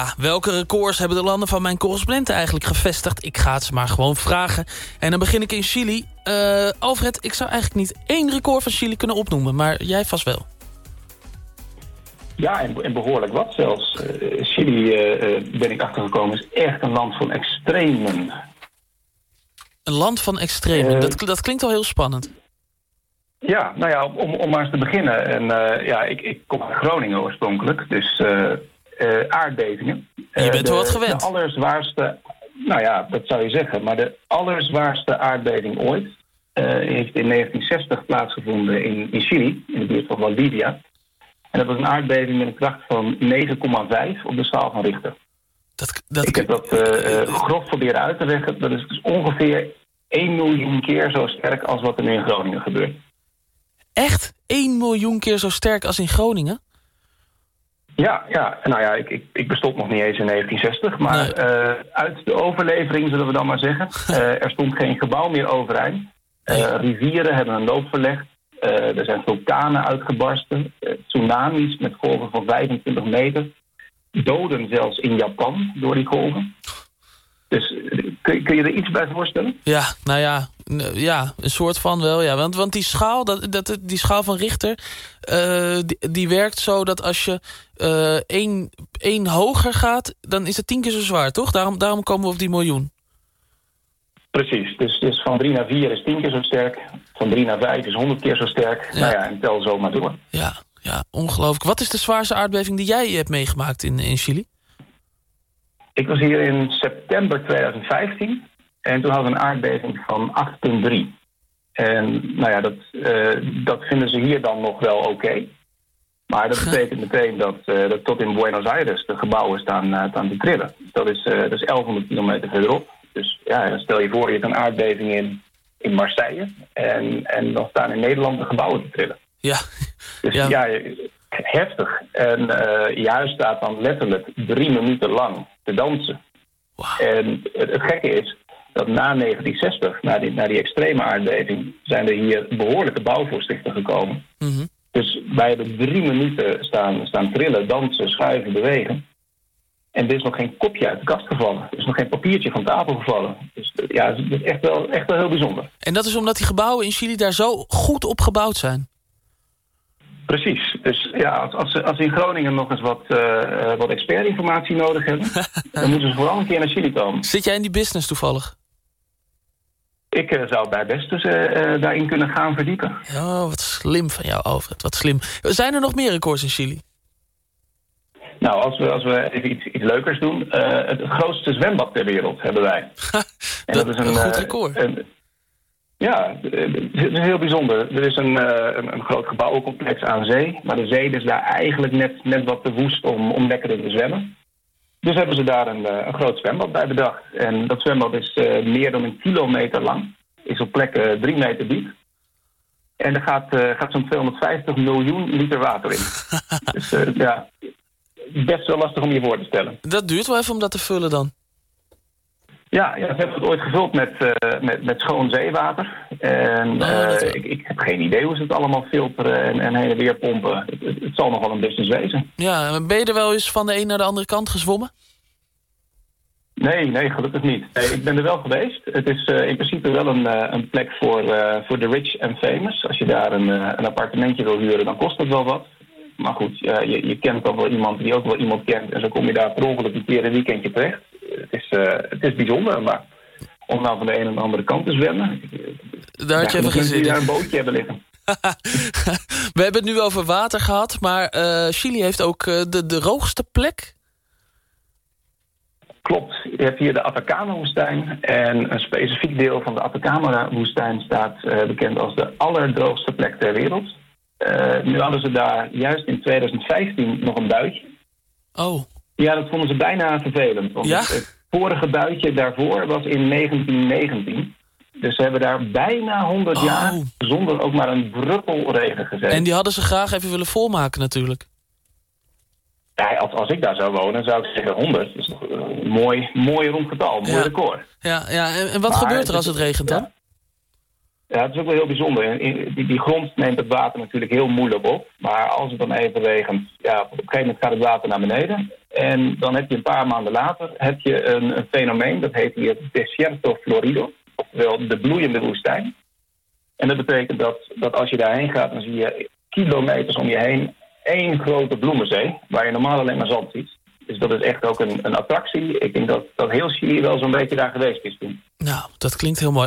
Welke records hebben de landen van mijn correspondenten eigenlijk gevestigd? Ik ga het ze maar gewoon vragen. En dan begin ik in Chili. Alfred, ik zou eigenlijk niet één record van Chili kunnen opnoemen, maar jij vast wel. Ja, en behoorlijk wat zelfs. Chili, ben ik achtergekomen, is echt een land van extremen. Een land van extremen, dat klinkt al heel spannend. Ja, nou ja, om maar eens te beginnen. En ik kom uit Groningen oorspronkelijk, dus aardbevingen. Je bent wel wat gewend. De allerzwaarste, nou ja, dat zou je zeggen, maar de allerzwaarste aardbeving ooit heeft in 1960 plaatsgevonden in Chili, in de buurt van Valdivia. En dat was een aardbeving met een kracht van 9,5 op de schaal van Richter. Ik heb dat grof proberen uit te leggen. Dat is dus ongeveer 1 miljoen keer zo sterk als wat er nu in Groningen gebeurt. Echt? 1 miljoen keer zo sterk als in Groningen? Ja. Nou ja, ik bestond nog niet eens in 1960. Maar nee. Uit de overlevering, zullen we dan maar zeggen. Er stond geen gebouw meer overeind. Rivieren hebben een loop verlegd. Er zijn vulkanen uitgebarsten. Tsunamis met golven van 25 meter. Doden zelfs in Japan door die golven. Dus kun je er iets bij voorstellen? Ja, nou ja, een soort van wel. Ja. Want die schaal, die schaal van Richter, die werkt zo dat als je één hoger gaat, dan is het 10 keer zo zwaar, toch? Daarom komen we op die miljoen. Precies, dus van 3 naar 4 is 10 keer zo sterk. Van 3 naar 5 is 100 keer zo sterk. Ja. Nou ja, en tel zo maar door. Ja, ongelooflijk. Wat is de zwaarste aardbeving die jij hebt meegemaakt in Chili? Ik was hier in september 2015 en toen hadden we een aardbeving van 8,3. En nou ja, dat vinden ze hier dan nog wel oké. Maar dat betekent meteen dat tot in Buenos Aires de gebouwen staan te trillen. Dat is 1100 kilometer verderop. Dus ja, dan stel je voor, je hebt een aardbeving in Marseille en dan staan in Nederland de gebouwen te trillen. Ja. Dus ja heftig. En je huis staat dan letterlijk 3 minuten lang te dansen. Wow. En het gekke is dat na 1960, na die extreme aardbeving, zijn er hier behoorlijke bouwvoorschriften gekomen. Mm-hmm. Dus wij hebben 3 minuten staan trillen, dansen, schuiven, bewegen. En er is nog geen kopje uit de kast gevallen. Er is nog geen papiertje van tafel gevallen. Dus ja, het is echt wel heel bijzonder. En dat is omdat die gebouwen in Chili daar zo goed op gebouwd zijn? Precies. Dus ja, als ze in Groningen nog eens wat expertinformatie nodig hebben, dan moeten ze vooral een keer naar Chili komen. Zit jij in die business toevallig? Ik zou bij best dus daarin kunnen gaan verdiepen. Oh, wat slim van jou, Alfred. Wat slim. Zijn er nog meer records in Chili? Nou, als we even iets leukers doen. Het grootste zwembad ter wereld hebben wij. En dat is een goed record. Ja, het is heel bijzonder. Er is een groot gebouwencomplex aan zee. Maar de zee is daar eigenlijk net wat te woest om lekkerder te zwemmen. Dus hebben ze daar een groot zwembad bij bedacht. En dat zwembad is meer dan 1 kilometer lang. Is op plekken 3 meter diep. En er gaat zo'n 250 miljoen liter water in. Dus ja, best wel lastig om je voor te stellen. Dat duurt wel even om dat te vullen dan. Ja, ze hebben het ooit gevuld met schoon zeewater. En ik heb geen idee hoe ze het allemaal filteren en heen en weer pompen. Het zal nog wel een business wezen. Ja, ben je er wel eens van de een naar de andere kant gezwommen? Nee, gelukkig niet. Ik ben er wel geweest. Het is in principe wel een plek voor de rich en famous. Als je daar een appartementje wil huren, dan kost het wel wat. Maar goed, je kent dan wel iemand die ook wel iemand kent. En zo kom je daar per ongeluk een keer een weekendje terecht. Het is bijzonder, maar om nou van de een en de andere kant te zwemmen. Daar had je even gezien. Die daar een bootje hebben liggen. We hebben het nu over water gehad, maar Chili heeft ook de droogste plek. Klopt. Je hebt hier de Atacama-woestijn. En een specifiek deel van de Atacama-woestijn staat bekend als de allerdroogste plek ter wereld. Nu hadden ze daar juist in 2015 nog een buitje. Oh. Ja, dat vonden ze bijna vervelend. Want het vorige buitje daarvoor was in 1919. Dus ze hebben daar bijna 100 jaar zonder ook maar een druppel regen gezeten. En die hadden ze graag even willen volmaken natuurlijk. Ja, als ik daar zou wonen, zou ik zeggen 100. Dat is toch een mooi rond getal, mooi record. Ja, en wat gebeurt er als het regent dan? Ja, het is ook wel heel bijzonder. Die grond neemt het water natuurlijk heel moeilijk op. Maar als het dan even regent, op een gegeven moment gaat het water naar beneden. En dan heb je een paar maanden later een fenomeen, dat heet hier Desierto Florido, oftewel de bloeiende woestijn. En dat betekent dat als je daarheen gaat, dan zie je kilometers om je heen één grote bloemenzee, waar je normaal alleen maar zand ziet. Dus dat is echt ook een attractie. Ik denk dat heel Chili wel zo'n beetje daar geweest is toen. Nou, dat klinkt heel mooi.